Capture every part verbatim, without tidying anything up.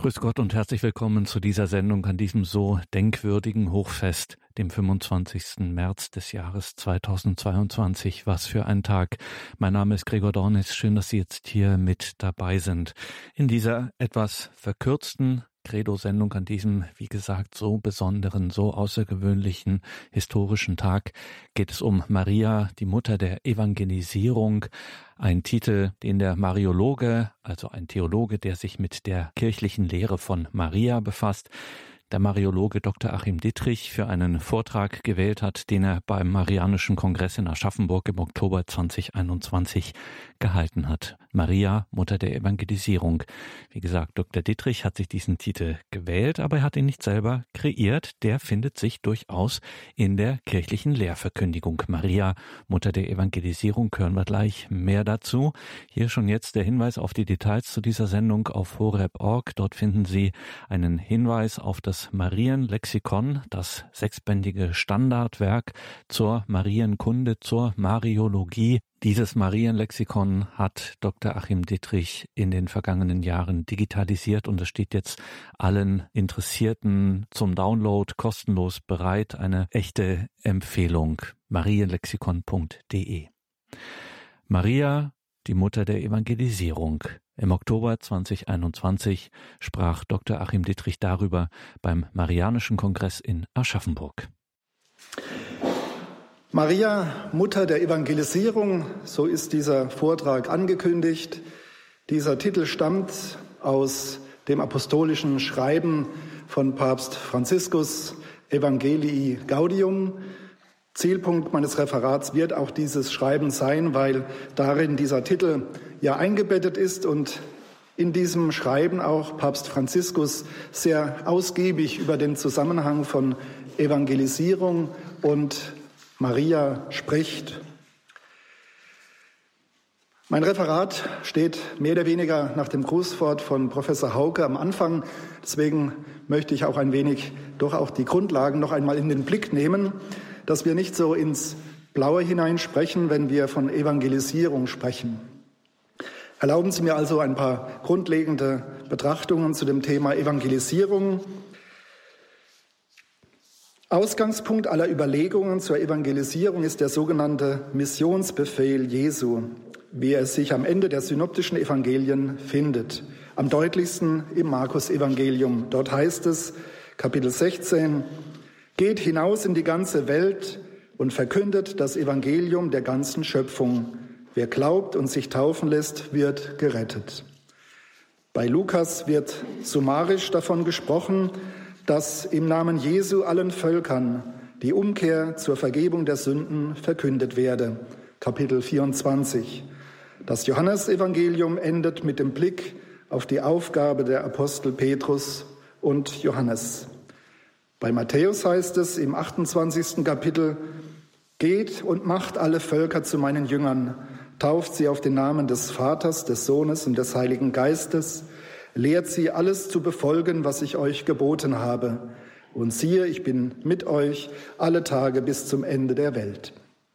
Grüß Gott und herzlich willkommen zu dieser Sendung an diesem so denkwürdigen Hochfest, dem fünfundzwanzigsten März des Jahres zweitausendzweiundzwanzig. Was für ein Tag. Mein Name ist Gregor Dornis. Schön, dass Sie jetzt hier mit dabei sind. In dieser etwas verkürzten Credo-Sendung an diesem, wie gesagt, so besonderen, so außergewöhnlichen historischen Tag geht es um Maria, die Mutter der Evangelisierung. Ein Titel, den der Mariologe, also ein Theologe, der sich mit der kirchlichen Lehre von Maria befasst, der Mariologe Doktor Achim Dittrich für einen Vortrag gewählt hat, den er beim Marianischen Kongress in Aschaffenburg im Oktober zweitausendeinundzwanzig gehalten hat. Maria, Mutter der Evangelisierung. Wie gesagt, Doktor Dittrich hat sich diesen Titel gewählt, aber er hat ihn nicht selber kreiert. Der findet sich durchaus in der kirchlichen Lehrverkündigung. Maria, Mutter der Evangelisierung, hören wir gleich mehr dazu. Hier schon jetzt der Hinweis auf die Details zu dieser Sendung auf horeb punkt org. Dort finden Sie einen Hinweis auf das Das Marienlexikon, das sechsbändige Standardwerk zur Marienkunde, zur Mariologie. Dieses Marienlexikon hat Doktor Achim Dittrich in den vergangenen Jahren digitalisiert und es steht jetzt allen Interessierten zum Download kostenlos bereit. Eine echte Empfehlung. marienlexikon punkt de. Maria, die Mutter der Evangelisierung. Im Oktober zweitausendeinundzwanzig sprach Doktor Achim Dittrich darüber beim Marianischen Kongress in Aschaffenburg. Maria, Mutter der Evangelisierung, so ist dieser Vortrag angekündigt. Dieser Titel stammt aus dem apostolischen Schreiben von Papst Franziskus, Evangelii Gaudium. Zielpunkt meines Referats wird auch dieses Schreiben sein, weil darin dieser Titel ja eingebettet ist und in diesem Schreiben auch Papst Franziskus sehr ausgiebig über den Zusammenhang von Evangelisierung und Maria spricht. Mein Referat steht mehr oder weniger nach dem Grußwort von Professor Hauke am Anfang. Deswegen möchte ich auch ein wenig doch auch die Grundlagen noch einmal in den Blick nehmen, dass wir nicht so ins Blaue hineinsprechen, wenn wir von Evangelisierung sprechen. Erlauben Sie mir also ein paar grundlegende Betrachtungen zu dem Thema Evangelisierung. Ausgangspunkt aller Überlegungen zur Evangelisierung ist der sogenannte Missionsbefehl Jesu, wie er sich am Ende der synoptischen Evangelien findet. Am deutlichsten im Markus-Evangelium. Dort heißt es, Kapitel sechzehn, geht hinaus in die ganze Welt und verkündet das Evangelium der ganzen Schöpfung. Wer glaubt und sich taufen lässt, wird gerettet. Bei Lukas wird summarisch davon gesprochen, dass im Namen Jesu allen Völkern die Umkehr zur Vergebung der Sünden verkündet werde. Kapitel vierundzwanzig. Das Johannesevangelium endet mit dem Blick auf die Aufgabe der Apostel Petrus und Johannes. Bei Matthäus heißt es im achtundzwanzigsten Kapitel, geht und macht alle Völker zu meinen Jüngern, tauft sie auf den Namen des Vaters, des Sohnes und des Heiligen Geistes, lehrt sie alles zu befolgen, was ich euch geboten habe. Und siehe, ich bin mit euch alle Tage bis zum Ende der Welt.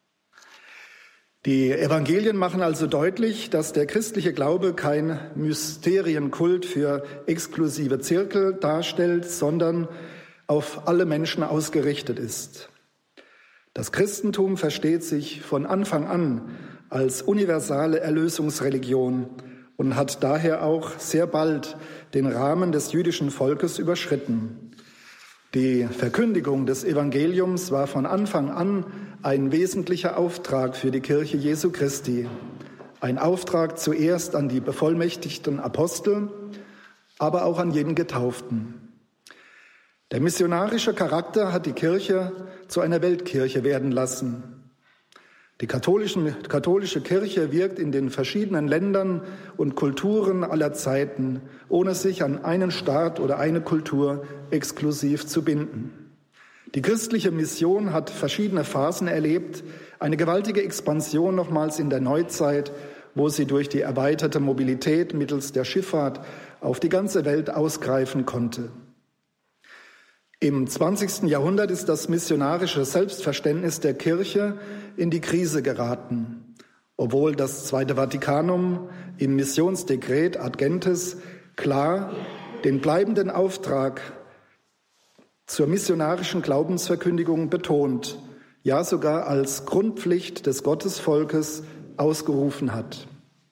Die Evangelien machen also deutlich, dass der christliche Glaube kein Mysterienkult für exklusive Zirkel darstellt, sondern auf alle Menschen ausgerichtet ist. Das Christentum versteht sich von Anfang an als universale Erlösungsreligion und hat daher auch sehr bald den Rahmen des jüdischen Volkes überschritten. Die Verkündigung des Evangeliums war von Anfang an ein wesentlicher Auftrag für die Kirche Jesu Christi. Ein Auftrag zuerst an die bevollmächtigten Apostel, aber auch an jeden Getauften. Der missionarische Charakter hat die Kirche zu einer Weltkirche werden lassen. Die katholische Kirche wirkt in den verschiedenen Ländern und Kulturen aller Zeiten, ohne sich an einen Staat oder eine Kultur exklusiv zu binden. Die christliche Mission hat verschiedene Phasen erlebt, eine gewaltige Expansion nochmals in der Neuzeit, wo sie durch die erweiterte Mobilität mittels der Schifffahrt auf die ganze Welt ausgreifen konnte. Im zwanzigsten Jahrhundert ist das missionarische Selbstverständnis der Kirche in die Krise geraten. Obwohl das Zweite Vatikanum im Missionsdekret Ad Gentes klar den bleibenden Auftrag zur missionarischen Glaubensverkündigung betont, ja sogar als Grundpflicht des Gottesvolkes ausgerufen hat.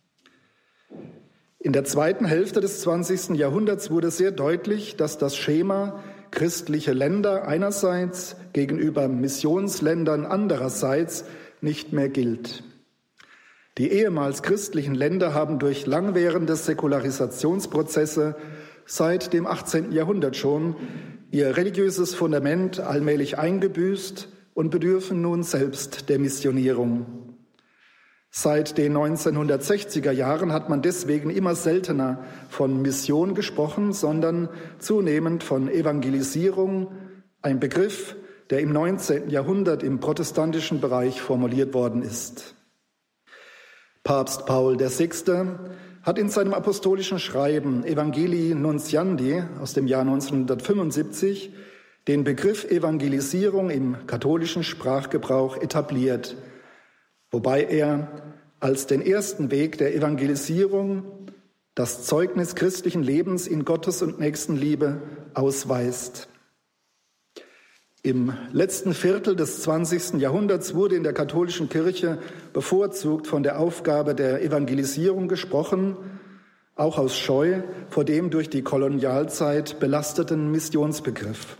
In der zweiten Hälfte des zwanzigsten Jahrhunderts wurde sehr deutlich, dass das Schema christliche Länder einerseits gegenüber Missionsländern andererseits nicht mehr gilt. Die ehemals christlichen Länder haben durch langwährende Säkularisationsprozesse seit dem achtzehnten Jahrhundert schon ihr religiöses Fundament allmählich eingebüßt und bedürfen nun selbst der Missionierung. Seit den neunzehnhundertsechziger Jahren hat man deswegen immer seltener von Mission gesprochen, sondern zunehmend von Evangelisierung, ein Begriff, der im neunzehnten Jahrhundert im protestantischen Bereich formuliert worden ist. Papst Paul der Sechste hat in seinem apostolischen Schreiben Evangelii Nuntiandi aus dem Jahr neunzehnhundertfünfundsiebzig den Begriff Evangelisierung im katholischen Sprachgebrauch etabliert, wobei er als den ersten Weg der Evangelisierung das Zeugnis christlichen Lebens in Gottes- und Nächstenliebe ausweist. Im letzten Viertel des zwanzigsten Jahrhunderts wurde in der katholischen Kirche bevorzugt von der Aufgabe der Evangelisierung gesprochen, auch aus Scheu vor dem durch die Kolonialzeit belasteten Missionsbegriff.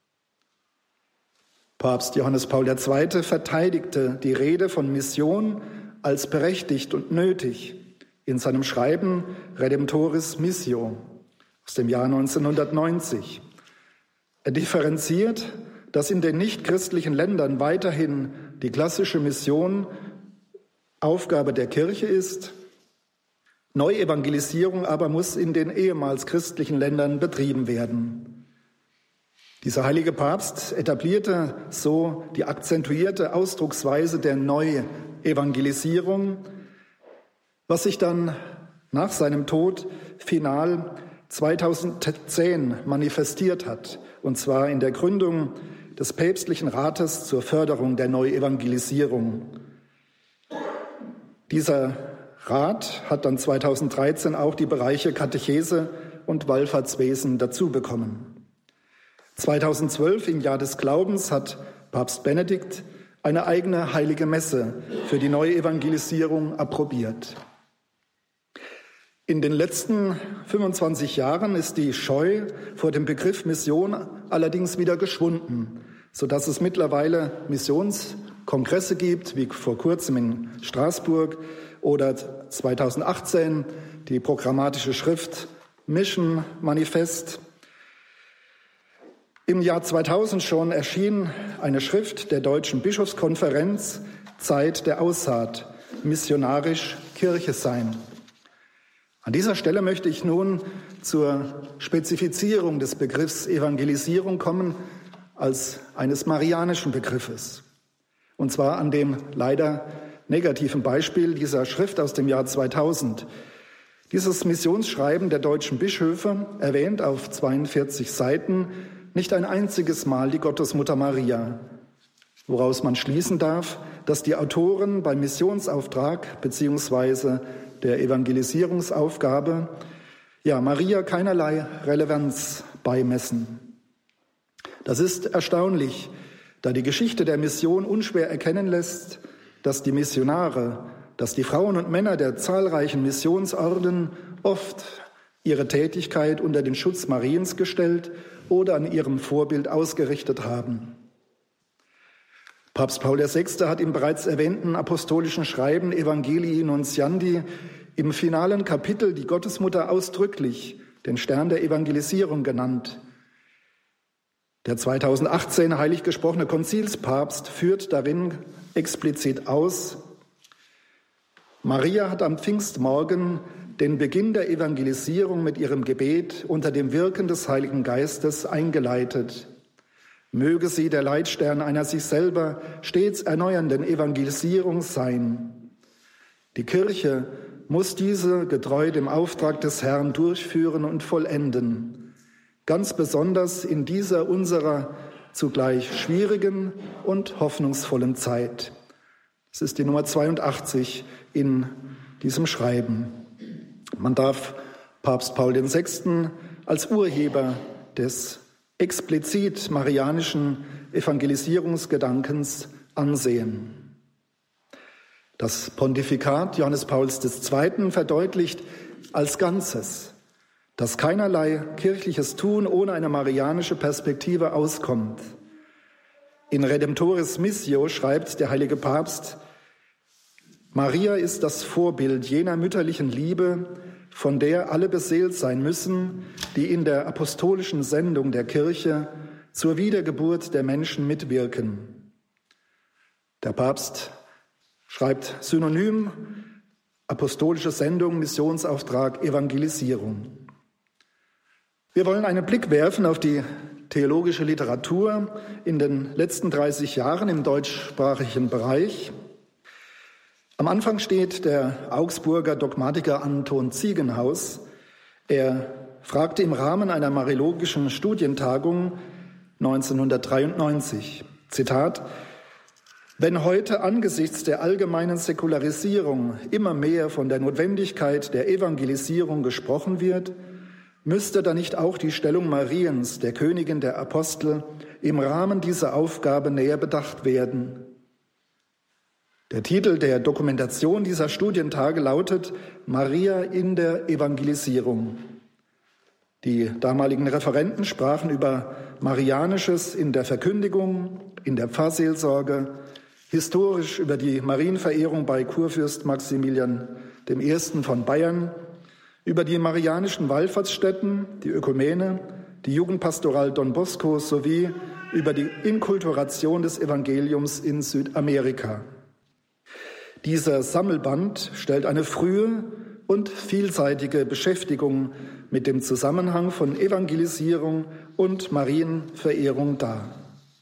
Papst Johannes Paul der Zweite verteidigte die Rede von Mission als berechtigt und nötig in seinem Schreiben Redemptoris Missio aus dem Jahr neunzehnhundertneunzig. Er differenziert, dass in den nichtchristlichen Ländern weiterhin die klassische Mission Aufgabe der Kirche ist. Neuevangelisierung aber muss in den ehemals christlichen Ländern betrieben werden. Dieser heilige Papst etablierte so die akzentuierte Ausdrucksweise der Neuevangelisierung, was sich dann nach seinem Tod final zweitausendzehn manifestiert hat, und zwar in der Gründung des Päpstlichen Rates zur Förderung der Neuevangelisierung. Dieser Rat hat dann zweitausenddreizehn auch die Bereiche Katechese und Wallfahrtswesen dazu bekommen. zweitausendzwölf, im Jahr des Glaubens, hat Papst Benedikt eine eigene heilige Messe für die Neuevangelisierung approbiert. In den letzten fünfundzwanzig Jahren ist die Scheu vor dem Begriff Mission allerdings wieder geschwunden, sodass es mittlerweile Missionskongresse gibt, wie vor kurzem in Straßburg oder zweitausendachtzehn die programmatische Schrift Mission Manifest. Im Jahr zweitausend schon erschien eine Schrift der Deutschen Bischofskonferenz, Zeit der Aussaat, missionarisch Kirche sein. An dieser Stelle möchte ich nun zur Spezifizierung des Begriffs Evangelisierung kommen als eines marianischen Begriffes. Und zwar an dem leider negativen Beispiel dieser Schrift aus dem Jahr zweitausend. Dieses Missionsschreiben der deutschen Bischöfe erwähnt auf zweiundvierzig Seiten nicht ein einziges Mal die Gottesmutter Maria, woraus man schließen darf, dass die Autoren beim Missionsauftrag beziehungsweise der Evangelisierungsaufgabe ja Maria keinerlei Relevanz beimessen. Das ist erstaunlich, da die Geschichte der Mission unschwer erkennen lässt, dass die Missionare, dass die Frauen und Männer der zahlreichen Missionsorden oft ihre Tätigkeit unter den Schutz Mariens gestellt oder an ihrem Vorbild ausgerichtet haben. Papst Paul der Sechste hat im bereits erwähnten apostolischen Schreiben Evangelii Nuntiandi im finalen Kapitel die Gottesmutter ausdrücklich den Stern der Evangelisierung genannt. Der zweitausendachtzehn heilig gesprochene Konzilspapst führt darin explizit aus: Maria hat am Pfingstmorgen den Beginn der Evangelisierung mit ihrem Gebet unter dem Wirken des Heiligen Geistes eingeleitet. Möge sie der Leitstern einer sich selber stets erneuernden Evangelisierung sein. Die Kirche muss diese getreu dem Auftrag des Herrn durchführen und vollenden, ganz besonders in dieser unserer zugleich schwierigen und hoffnungsvollen Zeit. Das ist die Nummer zweiundachtzig in diesem Schreiben. Man darf Papst Paul der Sechste als Urheber des explizit marianischen Evangelisierungsgedankens ansehen. Das Pontifikat Johannes Pauls der Zweite verdeutlicht als Ganzes, dass keinerlei kirchliches Tun ohne eine marianische Perspektive auskommt. In Redemptoris Missio schreibt der heilige Papst: Maria ist das Vorbild jener mütterlichen Liebe, von der alle beseelt sein müssen, die in der apostolischen Sendung der Kirche zur Wiedergeburt der Menschen mitwirken. Der Papst schreibt synonym apostolische Sendung, Missionsauftrag, Evangelisierung. Wir wollen einen Blick werfen auf die theologische Literatur in den letzten dreißig Jahren im deutschsprachigen Bereich. Am Anfang steht der Augsburger Dogmatiker Anton Ziegenhaus. Er fragte im Rahmen einer mariologischen Studientagung neunzehnhundertdreiundneunzig, Zitat: Wenn heute angesichts der allgemeinen Säkularisierung immer mehr von der Notwendigkeit der Evangelisierung gesprochen wird, müsste da nicht auch die Stellung Mariens, der Königin der Apostel, im Rahmen dieser Aufgabe näher bedacht werden? Der Titel der Dokumentation dieser Studientage lautet Maria in der Evangelisierung. Die damaligen Referenten sprachen über Marianisches in der Verkündigung, in der Pfarrseelsorge, historisch über die Marienverehrung bei Kurfürst Maximilian der Erste von Bayern, über die marianischen Wallfahrtsstätten, die Ökumene, die Jugendpastoral Don Bosco sowie über die Inkulturation des Evangeliums in Südamerika. Dieser Sammelband stellt eine frühe und vielseitige Beschäftigung mit dem Zusammenhang von Evangelisierung und Marienverehrung dar.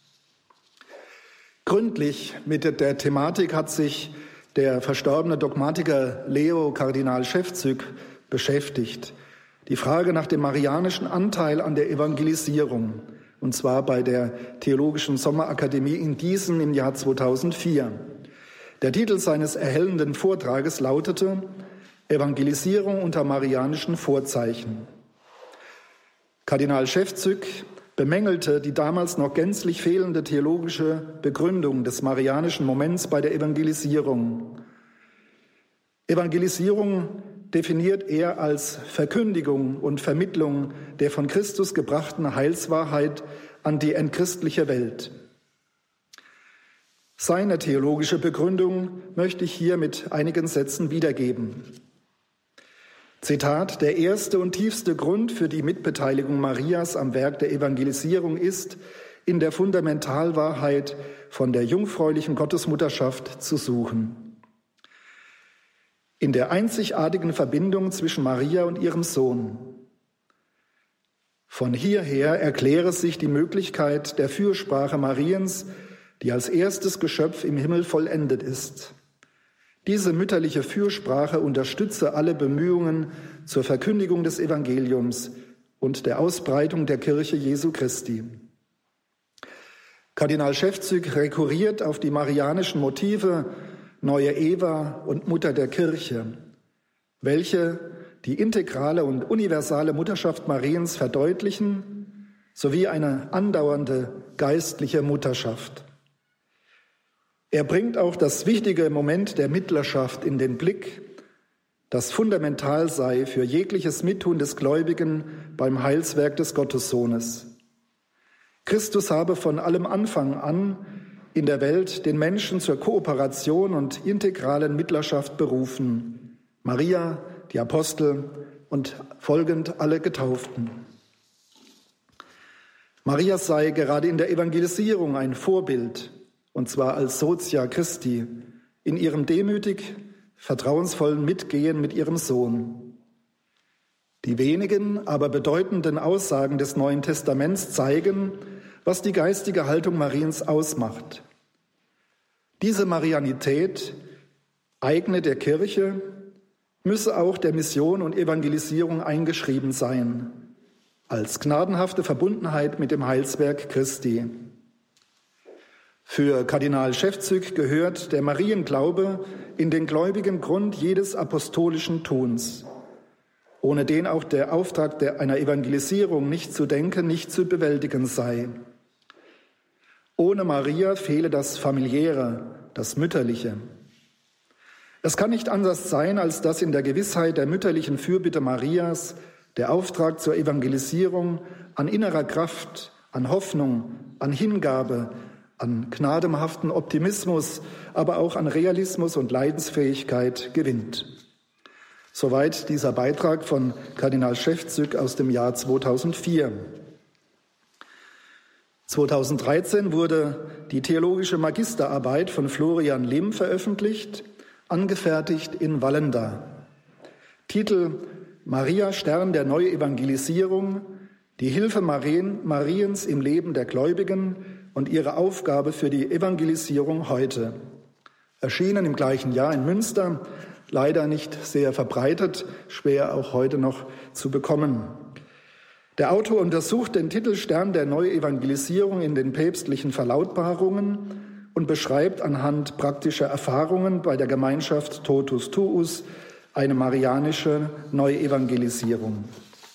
Gründlich mit der Thematik hat sich der verstorbene Dogmatiker Leo Kardinal Schäfzüg beschäftigt. Die Frage nach dem marianischen Anteil an der Evangelisierung, und zwar bei der Theologischen Sommerakademie in Gießen im Jahr zweitausendvier. Der Titel seines erhellenden Vortrages lautete Evangelisierung unter marianischen Vorzeichen. Kardinal Schäfzüg bemängelte die damals noch gänzlich fehlende theologische Begründung des marianischen Moments bei der Evangelisierung. Evangelisierung definiert er als Verkündigung und Vermittlung der von Christus gebrachten Heilswahrheit an die entchristliche Welt. Seine theologische Begründung möchte ich hier mit einigen Sätzen wiedergeben. Zitat: Der erste und tiefste Grund für die Mitbeteiligung Marias am Werk der Evangelisierung ist, in der Fundamentalwahrheit von der jungfräulichen Gottesmutterschaft zu suchen. In der einzigartigen Verbindung zwischen Maria und ihrem Sohn. Von hierher erkläre sich die Möglichkeit der Fürsprache Mariens, die als erstes Geschöpf im Himmel vollendet ist. Diese mütterliche Fürsprache unterstütze alle Bemühungen zur Verkündigung des Evangeliums und der Ausbreitung der Kirche Jesu Christi. Kardinal Schäfzüg rekurriert auf die marianischen Motive Neue Eva und Mutter der Kirche, welche die integrale und universale Mutterschaft Mariens verdeutlichen, sowie eine andauernde geistliche Mutterschaft. Er bringt auch das wichtige Moment der Mittlerschaft in den Blick, das fundamental sei für jegliches Mittun des Gläubigen beim Heilswerk des Gottessohnes. Christus habe von allem Anfang an in der Welt den Menschen zur Kooperation und integralen Mittlerschaft berufen. Maria, die Apostel und folgend alle Getauften. Maria sei gerade in der Evangelisierung ein Vorbild, und zwar als Sotia Christi, in ihrem demütig vertrauensvollen Mitgehen mit ihrem Sohn. Die wenigen, aber bedeutenden Aussagen des Neuen Testaments zeigen, was die geistige Haltung Mariens ausmacht. Diese Marianität, eigene der Kirche, müsse auch der Mission und Evangelisierung eingeschrieben sein, als gnadenhafte Verbundenheit mit dem Heilswerk Christi. Für Kardinal Schäfzüg gehört der Marienglaube in den gläubigen Grund jedes apostolischen Tuns. ohne den auch der Auftrag der, einer Evangelisierung nicht zu denken, nicht zu bewältigen sei. Ohne Maria fehle das Familiäre, das Mütterliche. Es kann nicht anders sein, als dass in der Gewissheit der mütterlichen Fürbitte Marias der Auftrag zur Evangelisierung an innerer Kraft, an Hoffnung, an Hingabe, an gnadenhaften Optimismus, aber auch an Realismus und Leidensfähigkeit gewinnt. Soweit dieser Beitrag von Kardinal Schäfczyk aus dem Jahr zweitausendvier. zweitausenddreizehn wurde die theologische Magisterarbeit von Florian Limm veröffentlicht, angefertigt in Wallenda. Titel: Maria, Stern der Neuevangelisierung, die Hilfe Marien, Mariens im Leben der Gläubigen und ihre Aufgabe für die Evangelisierung heute. Erschienen im gleichen Jahr in Münster, leider nicht sehr verbreitet, schwer auch heute noch zu bekommen. Der Autor untersucht den Titel Stern der Neuevangelisierung in den päpstlichen Verlautbarungen und beschreibt anhand praktischer Erfahrungen bei der Gemeinschaft Totus Tuus eine marianische Neuevangelisierung.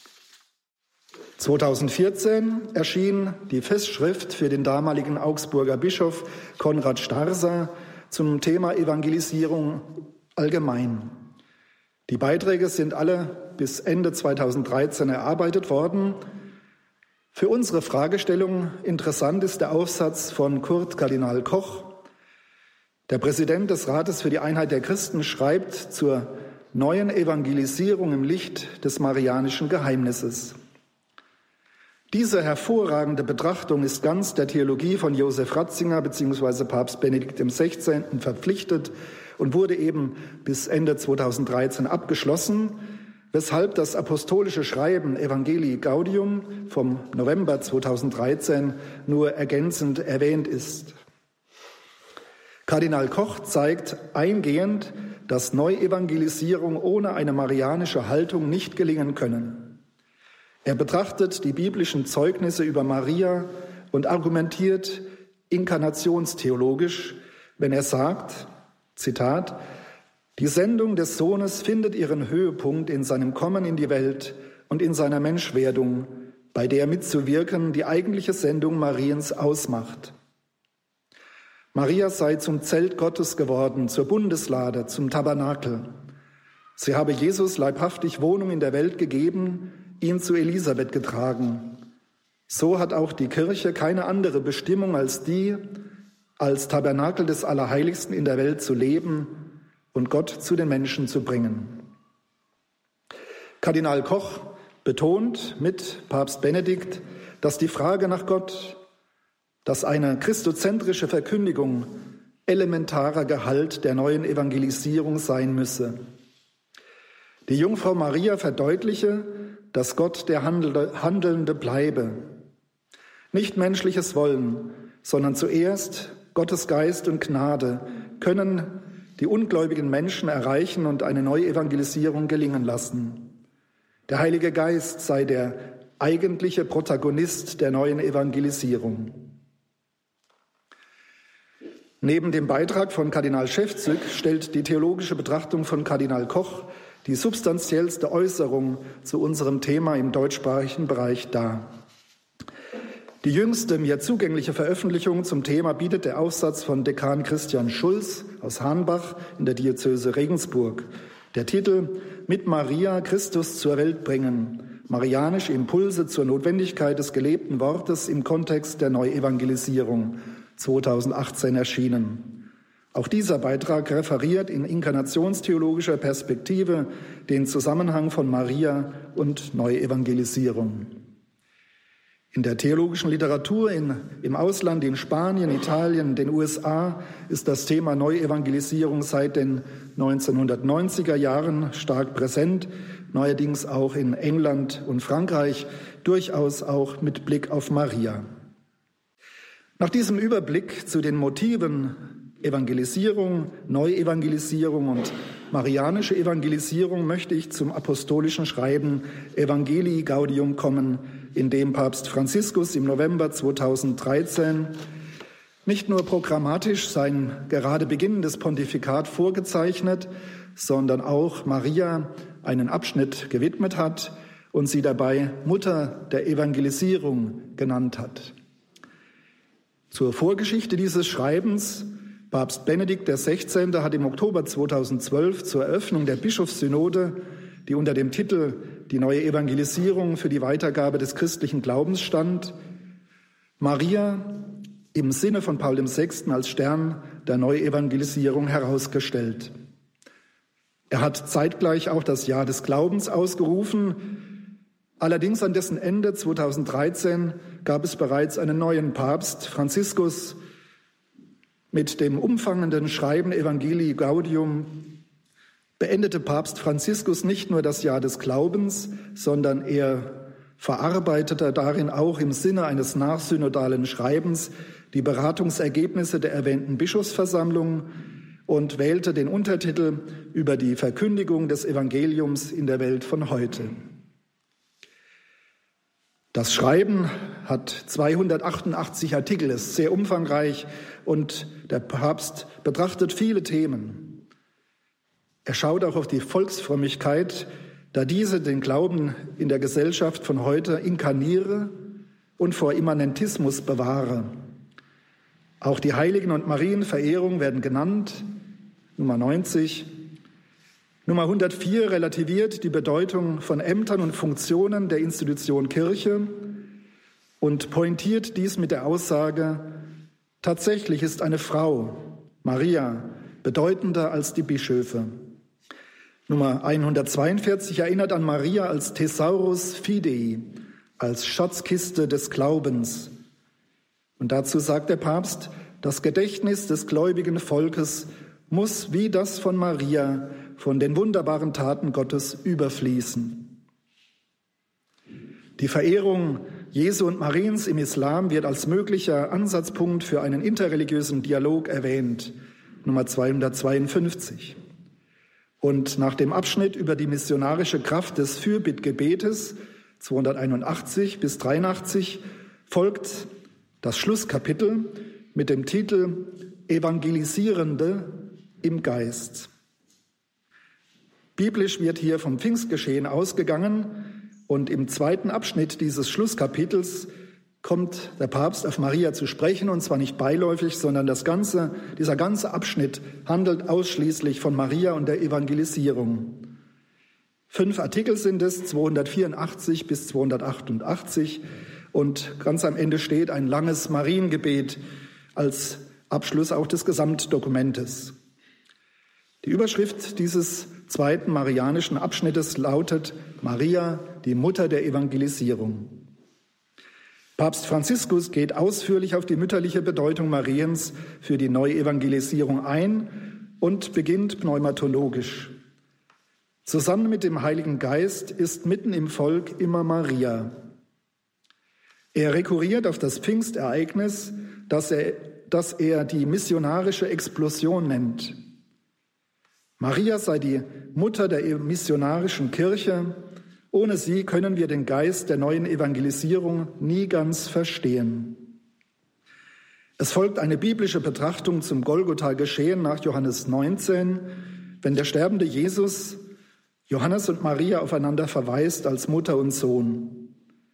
zweitausendvierzehn erschien die Festschrift für den damaligen Augsburger Bischof Konrad Starser zum Thema Evangelisierung allgemein. Die Beiträge sind alle bis Ende zweitausenddreizehn erarbeitet worden. Für unsere Fragestellung interessant ist der Aufsatz von Kurt Kardinal Koch. Der Präsident des Rates für die Einheit der Christen schreibt zur neuen Evangelisierung im Licht des marianischen Geheimnisses. Diese hervorragende Betrachtung ist ganz der Theologie von Josef Ratzinger bzw. Papst Benedikt der Sechzehnte verpflichtet und wurde eben bis Ende zweitausenddreizehn abgeschlossen, weshalb das apostolische Schreiben Evangelii Gaudium vom November zweitausenddreizehn nur ergänzend erwähnt ist. Kardinal Koch zeigt eingehend, dass Neuevangelisierung ohne eine marianische Haltung nicht gelingen können. Er betrachtet die biblischen Zeugnisse über Maria und argumentiert inkarnationstheologisch, wenn er sagt, Zitat, die Sendung des Sohnes findet ihren Höhepunkt in seinem Kommen in die Welt und in seiner Menschwerdung, bei der mitzuwirken die eigentliche Sendung Mariens ausmacht. Maria sei zum Zelt Gottes geworden, zur Bundeslade, zum Tabernakel. Sie habe Jesus leibhaftig Wohnung in der Welt gegeben, ihn zu Elisabeth getragen. So hat auch die Kirche keine andere Bestimmung als die, als Tabernakel des Allerheiligsten in der Welt zu leben und Gott zu den Menschen zu bringen. Kardinal Koch betont mit Papst Benedikt, dass die Frage nach Gott, dass eine christozentrische Verkündigung elementarer Gehalt der neuen Evangelisierung sein müsse. Die Jungfrau Maria verdeutliche, dass Gott der Handelnde bleibe. Nicht menschliches Wollen, sondern zuerst Gottes Geist und Gnade können die ungläubigen Menschen erreichen und eine Neuevangelisierung gelingen lassen. Der Heilige Geist sei der eigentliche Protagonist der neuen Evangelisierung. Neben dem Beitrag von Kardinal Schäfczyk stellt die theologische Betrachtung von Kardinal Koch die substanziellste Äußerung zu unserem Thema im deutschsprachigen Bereich dar. Die jüngste mir zugängliche Veröffentlichung zum Thema bietet der Aufsatz von Dekan Christian Schulz aus Hahnbach in der Diözese Regensburg. Der Titel »Mit Maria Christus zur Welt bringen. Marianische Impulse zur Notwendigkeit des gelebten Wortes im Kontext der Neuevangelisierung«, zweitausendachtzehn erschienen. Auch dieser Beitrag referiert in inkarnationstheologischer Perspektive den Zusammenhang von Maria und Neuevangelisierung. In der theologischen Literatur in, im Ausland, in Spanien, Italien, den U S A, ist das Thema Neuevangelisierung seit den neunzehnhundertneunziger Jahren stark präsent, neuerdings auch in England und Frankreich, durchaus auch mit Blick auf Maria. Nach diesem Überblick zu den Motiven Evangelisierung, Neuevangelisierung und marianische Evangelisierung möchte ich zum apostolischen Schreiben Evangelii Gaudium kommen, in dem Papst Franziskus im November zweitausenddreizehn nicht nur programmatisch sein gerade beginnendes Pontifikat vorgezeichnet, sondern auch Maria einen Abschnitt gewidmet hat und sie dabei Mutter der Evangelisierung genannt hat. Zur Vorgeschichte dieses Schreibens: Papst Benedikt der Sechzehnte hat im Oktober zweitausendzwölf zur Eröffnung der Bischofssynode, die unter dem Titel Die neue Evangelisierung für die Weitergabe des christlichen Glaubens stand, Maria im Sinne von Paul der Sechste als Stern der Neuevangelisierung herausgestellt. Er hat zeitgleich auch das Jahr des Glaubens ausgerufen. Allerdings an dessen Ende zweitausenddreizehn gab es bereits einen neuen Papst, Franziskus. Mit dem umfangenden Schreiben Evangelii Gaudium beendete Papst Franziskus nicht nur das Jahr des Glaubens, sondern er verarbeitete darin auch im Sinne eines nachsynodalen Schreibens die Beratungsergebnisse der erwähnten Bischofsversammlung und wählte den Untertitel über die Verkündigung des Evangeliums in der Welt von heute. Das Schreiben hat zweihundertachtundachtzig Artikel, ist sehr umfangreich und der Papst betrachtet viele Themen. Er schaut auch auf die Volksfrömmigkeit, da diese den Glauben in der Gesellschaft von heute inkarniere und vor Immanentismus bewahre. Auch die Heiligen- und Marienverehrung werden genannt, Nummer neunzig. Nummer hundertvier relativiert die Bedeutung von Ämtern und Funktionen der Institution Kirche und pointiert dies mit der Aussage: Tatsächlich ist eine Frau, Maria, bedeutender als die Bischöfe. Nummer hundertzweiundvierzig erinnert an Maria als Thesaurus Fidei, als Schatzkiste des Glaubens. Und dazu sagt der Papst, das Gedächtnis des gläubigen Volkes muss wie das von Maria von den wunderbaren Taten Gottes überfließen. Die Verehrung Jesu und Mariens im Islam wird als möglicher Ansatzpunkt für einen interreligiösen Dialog erwähnt, Nummer zweihundertzweiundfünfzig. Und nach dem Abschnitt über die missionarische Kraft des Fürbittgebetes, zweihunderteinundachtzig bis dreiundachtzig, folgt das Schlusskapitel mit dem Titel Evangelisierende im Geist. Biblisch wird hier vom Pfingstgeschehen ausgegangen und im zweiten Abschnitt dieses Schlusskapitels kommt der Papst auf Maria zu sprechen, und zwar nicht beiläufig, sondern das ganze, dieser ganze Abschnitt handelt ausschließlich von Maria und der Evangelisierung. Fünf Artikel sind es, zweihundertvierundachtzig bis zweihundertachtundachtzig, und ganz am Ende steht ein langes Mariengebet als Abschluss auch des Gesamtdokumentes. Die Überschrift dieses zweiten marianischen Abschnittes lautet: Maria, die Mutter der Evangelisierung. Papst Franziskus geht ausführlich auf die mütterliche Bedeutung Mariens für die Neuevangelisierung ein und beginnt pneumatologisch. Zusammen mit dem Heiligen Geist ist mitten im Volk immer Maria. Er rekurriert auf das Pfingstereignis, das er, das er die missionarische Explosion nennt. Maria sei die Mutter der missionarischen Kirche. Ohne sie können wir den Geist der neuen Evangelisierung nie ganz verstehen. Es folgt eine biblische Betrachtung zum Golgotha-Geschehen nach Johannes neunzehn, wenn der sterbende Jesus Johannes und Maria aufeinander verweist als Mutter und Sohn.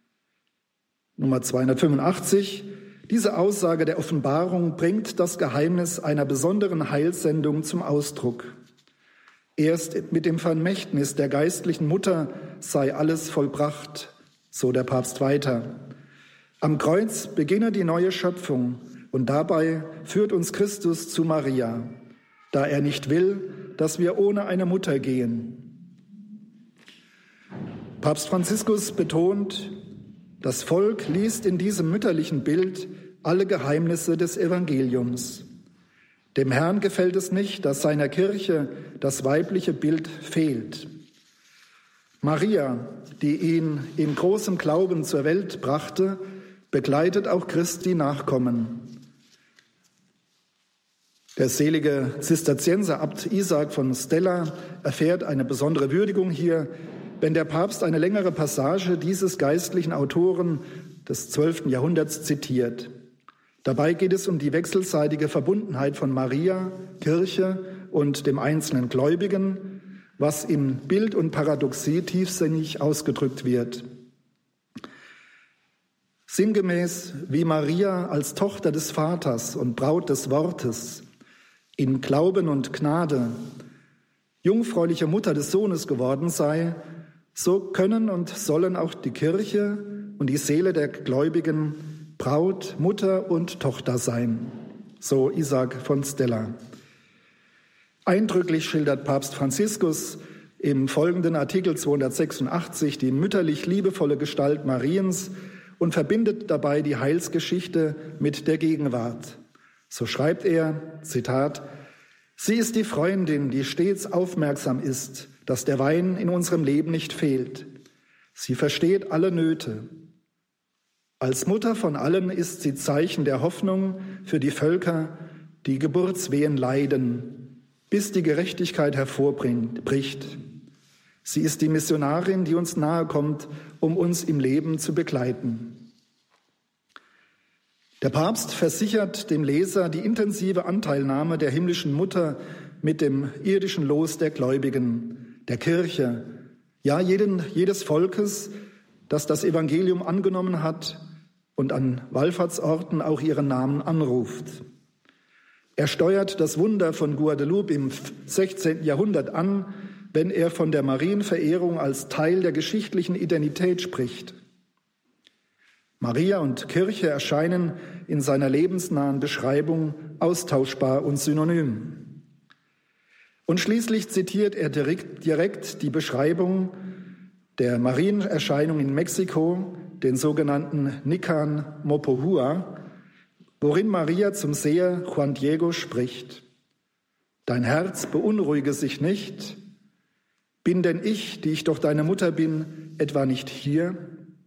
Nummer zweihundertfünfundachtzig. Diese Aussage der Offenbarung bringt das Geheimnis einer besonderen Heilssendung zum Ausdruck. Erst mit dem Vermächtnis der geistlichen Mutter sei alles vollbracht, so der Papst weiter. Am Kreuz beginne die neue Schöpfung und dabei führt uns Christus zu Maria, da er nicht will, dass wir ohne eine Mutter gehen. Papst Franziskus betont, das Volk liest in diesem mütterlichen Bild alle Geheimnisse des Evangeliums. Dem Herrn gefällt es nicht, dass seiner Kirche das weibliche Bild fehlt. Maria, die ihn in großem Glauben zur Welt brachte, begleitet auch Christi Nachkommen. Der selige Zisterzienserabt Isaac von Stella erfährt eine besondere Würdigung hier, wenn der Papst eine längere Passage dieses geistlichen Autoren des zwölften Jahrhunderts zitiert. Dabei geht es um die wechselseitige Verbundenheit von Maria, Kirche und dem einzelnen Gläubigen, was in Bild und Paradoxie tiefsinnig ausgedrückt wird. Sinngemäß wie Maria als Tochter des Vaters und Braut des Wortes in Glauben und Gnade jungfräuliche Mutter des Sohnes geworden sei, so können und sollen auch die Kirche und die Seele der Gläubigen Braut, Mutter und Tochter sein. So Isaac von Stella. Eindrücklich schildert Papst Franziskus im folgenden Artikel zweihundertsechsundachtzig die mütterlich liebevolle Gestalt Mariens und verbindet dabei die Heilsgeschichte mit der Gegenwart. So schreibt er, Zitat, Sie ist die Freundin, die stets aufmerksam ist, dass der Wein in unserem Leben nicht fehlt. Sie versteht alle Nöte. Als Mutter von allen ist sie Zeichen der Hoffnung für die Völker, die Geburtswehen leiden, bis die Gerechtigkeit hervorbricht. Sie ist die Missionarin, die uns nahe kommt, um uns im Leben zu begleiten. Der Papst versichert dem Leser die intensive Anteilnahme der himmlischen Mutter mit dem irdischen Los der Gläubigen, der Kirche, ja jeden, jedes Volkes, das das Evangelium angenommen hat und an Wallfahrtsorten auch ihren Namen anruft. Er steuert das Wunder von Guadeloupe im sechzehnten Jahrhundert an, wenn er von der Marienverehrung als Teil der geschichtlichen Identität spricht. Maria und Kirche erscheinen in seiner lebensnahen Beschreibung austauschbar und synonym. Und schließlich zitiert er direkt, direkt die Beschreibung der Marienerscheinung in Mexiko, den sogenannten Nican Mopohua, worin Maria zum Seher Juan Diego spricht: Dein Herz beunruhige sich nicht, bin denn ich, die ich doch deine Mutter bin, etwa nicht hier?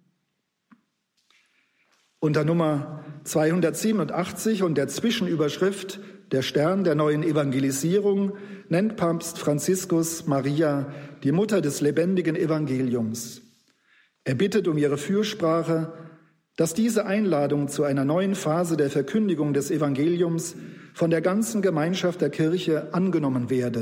Unter Nummer zweihundertsiebenundachtzig und der Zwischenüberschrift Der Stern der neuen Evangelisierung nennt Papst Franziskus Maria die Mutter des lebendigen Evangeliums. Er bittet um ihre Fürsprache, dass diese Einladung zu einer neuen Phase der Verkündigung des Evangeliums von der ganzen Gemeinschaft der Kirche angenommen werde.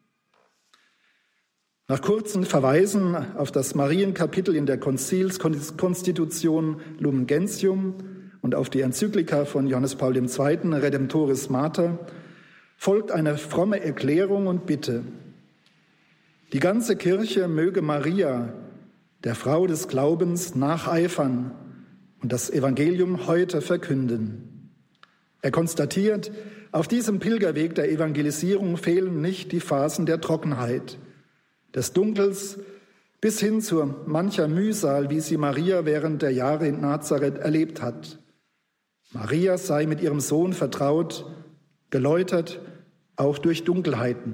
Nach kurzen Verweisen auf das Marienkapitel in der Konzilskonstitution Lumen Gentium und auf die Enzyklika von Johannes Paul der Zweite. Redemptoris Mater folgt eine fromme Erklärung und Bitte. Die ganze Kirche möge Maria, der Frau des Glaubens, nacheifern und das Evangelium heute verkünden. Er konstatiert, auf diesem Pilgerweg der Evangelisierung fehlen nicht die Phasen der Trockenheit, des Dunkels bis hin zu mancher Mühsal, wie sie Maria während der Jahre in Nazareth erlebt hat. Maria sei mit ihrem Sohn vertraut, geläutert, auch durch Dunkelheiten.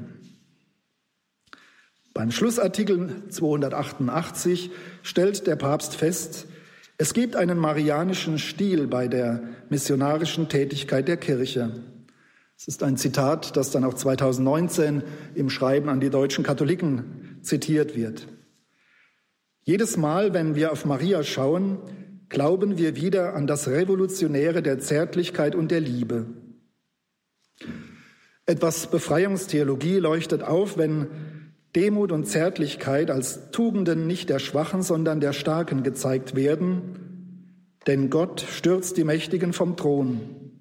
Beim Schlussartikel zweihundertachtundachtzig stellt der Papst fest, es gibt einen marianischen Stil bei der missionarischen Tätigkeit der Kirche. Es ist ein Zitat, das dann auch zweitausendneunzehn im Schreiben an die deutschen Katholiken zitiert wird. Jedes Mal, wenn wir auf Maria schauen, glauben wir wieder an das Revolutionäre der Zärtlichkeit und der Liebe. Etwas Befreiungstheologie leuchtet auf, wenn Demut und Zärtlichkeit als Tugenden nicht der Schwachen, sondern der Starken gezeigt werden, denn Gott stürzt die Mächtigen vom Thron.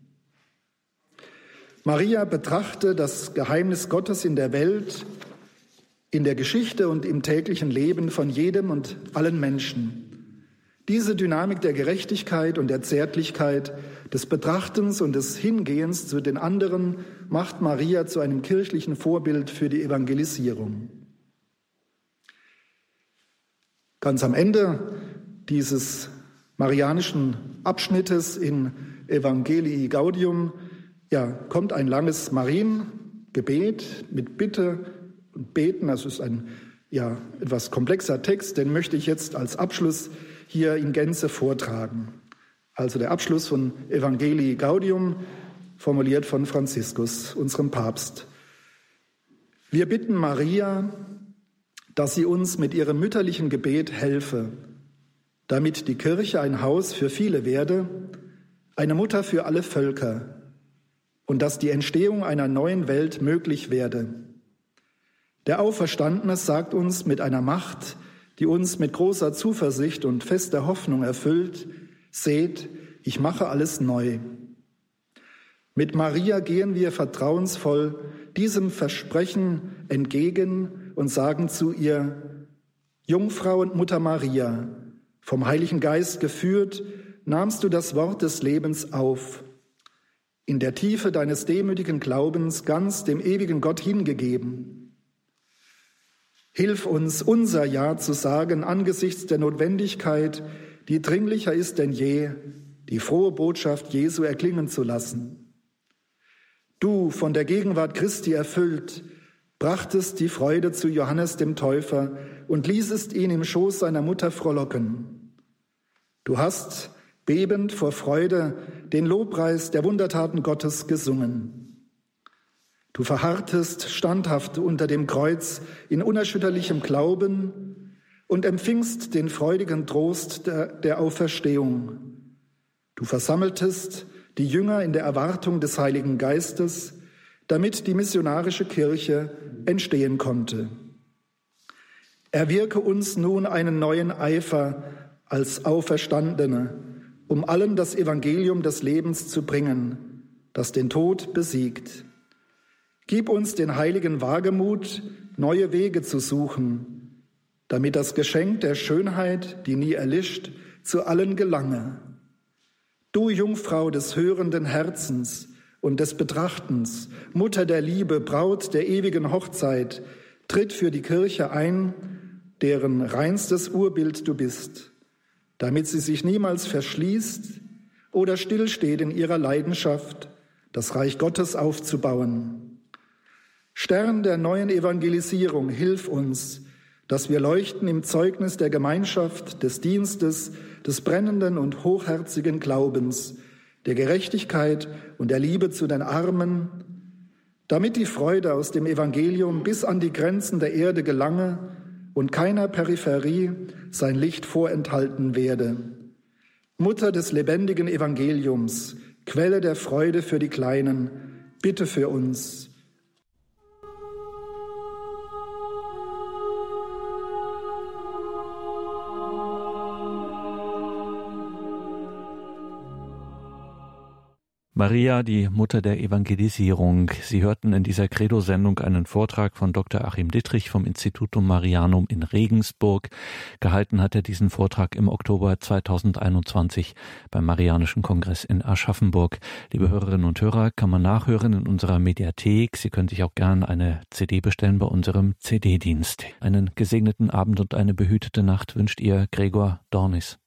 Maria betrachte das Geheimnis Gottes in der Welt, in der Geschichte und im täglichen Leben von jedem und allen Menschen. Diese Dynamik der Gerechtigkeit und der Zärtlichkeit, des Betrachtens und des Hingehens zu den anderen macht Maria zu einem kirchlichen Vorbild für die Evangelisierung. Ganz am Ende dieses marianischen Abschnittes in Evangelii Gaudium ja, kommt ein langes Mariengebet mit Bitte und Beten. Das ist ein ja, etwas komplexer Text, den möchte ich jetzt als Abschluss hier in Gänze vortragen. Also der Abschluss von Evangelii Gaudium, formuliert von Franziskus, unserem Papst. Wir bitten Maria, dass sie uns mit ihrem mütterlichen Gebet helfe, damit die Kirche ein Haus für viele werde, eine Mutter für alle Völker, und dass die Entstehung einer neuen Welt möglich werde. Der Auferstandene sagt uns mit einer Macht, die uns mit großer Zuversicht und fester Hoffnung erfüllt: Seht, ich mache alles neu. Mit Maria gehen wir vertrauensvoll diesem Versprechen entgegen und sagen zu ihr: Jungfrau und Mutter Maria, vom Heiligen Geist geführt, nahmst du das Wort des Lebens auf. In der Tiefe deines demütigen Glaubens ganz dem ewigen Gott hingegeben. Hilf uns, unser Ja zu sagen angesichts der Notwendigkeit, die dringlicher ist denn je, die frohe Botschaft Jesu erklingen zu lassen. Du, von der Gegenwart Christi erfüllt, brachtest die Freude zu Johannes dem Täufer und ließest ihn im Schoß seiner Mutter frohlocken. Du hast, bebend vor Freude, den Lobpreis der Wundertaten Gottes gesungen. Du verharrtest standhaft unter dem Kreuz in unerschütterlichem Glauben und empfingst den freudigen Trost der, der Auferstehung. Du versammeltest die Jünger in der Erwartung des Heiligen Geistes, damit die missionarische Kirche entstehen konnte. Erwirke uns nun einen neuen Eifer als Auferstandene, um allen das Evangelium des Lebens zu bringen, das den Tod besiegt. Gib uns den heiligen Wagemut, neue Wege zu suchen, damit das Geschenk der Schönheit, die nie erlischt, zu allen gelange. Du Jungfrau des hörenden Herzens und des Betrachtens, Mutter der Liebe, Braut der ewigen Hochzeit, tritt für die Kirche ein, deren reinstes Urbild du bist, damit sie sich niemals verschließt oder stillsteht in ihrer Leidenschaft, das Reich Gottes aufzubauen. Stern der neuen Evangelisierung, hilf uns, dass wir leuchten im Zeugnis der Gemeinschaft, des Dienstes, des brennenden und hochherzigen Glaubens, der Gerechtigkeit und der Liebe zu den Armen, damit die Freude aus dem Evangelium bis an die Grenzen der Erde gelange und keiner Peripherie sein Licht vorenthalten werde. Mutter des lebendigen Evangeliums, Quelle der Freude für die Kleinen, bitte für uns. Maria, die Mutter der Evangelisierung. Sie hörten in dieser Credo-Sendung einen Vortrag von Doktor Achim Dittrich vom Institutum Marianum in Regensburg. Gehalten hat er diesen Vortrag im Oktober zweitausendeinundzwanzig beim Marianischen Kongress in Aschaffenburg. Liebe Hörerinnen und Hörer, kann man nachhören in unserer Mediathek. Sie können sich auch gern eine C D bestellen bei unserem C D-Dienst. Einen gesegneten Abend und eine behütete Nacht wünscht Ihr Gregor Dornis.